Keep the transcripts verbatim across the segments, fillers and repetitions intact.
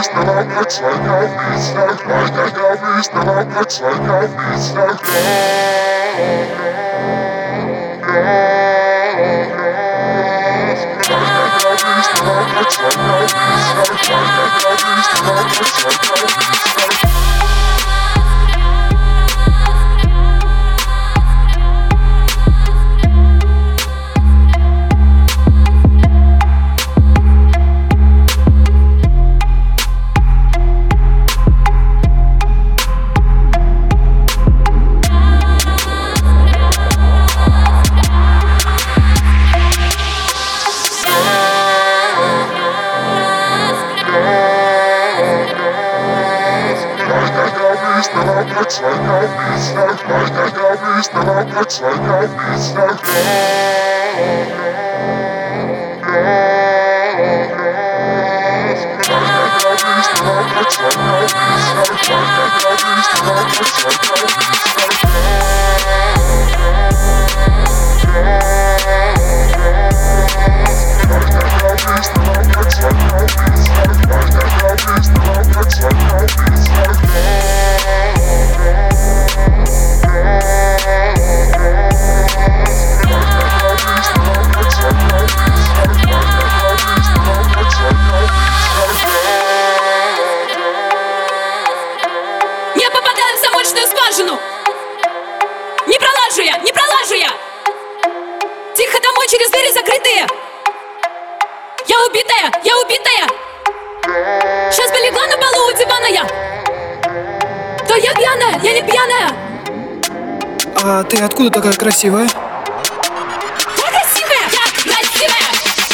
Не пролажу я, не пролажу я! Тихо домой через двери закрытые! Я убитая, я убитая! Сейчас бы легла на полу у дивана я! Да я пьяная, я не пьяная! А ты откуда такая красивая? Я красивая, я красивая!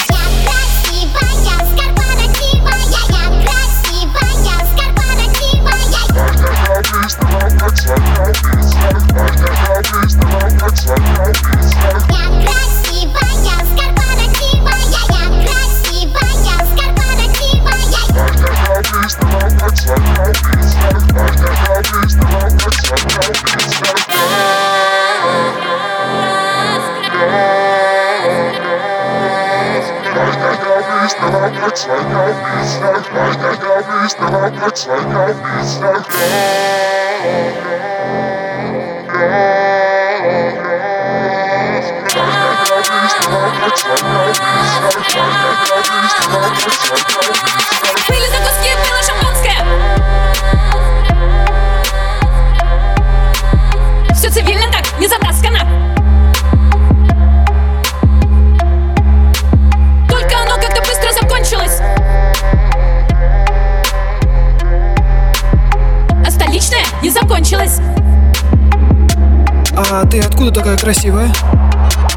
Пыли закуски, пила шампанское. Все цивильно так, не затаскано. Только оно как-то быстро закончилось. А столичное не закончилось. А ты откуда такая красивая?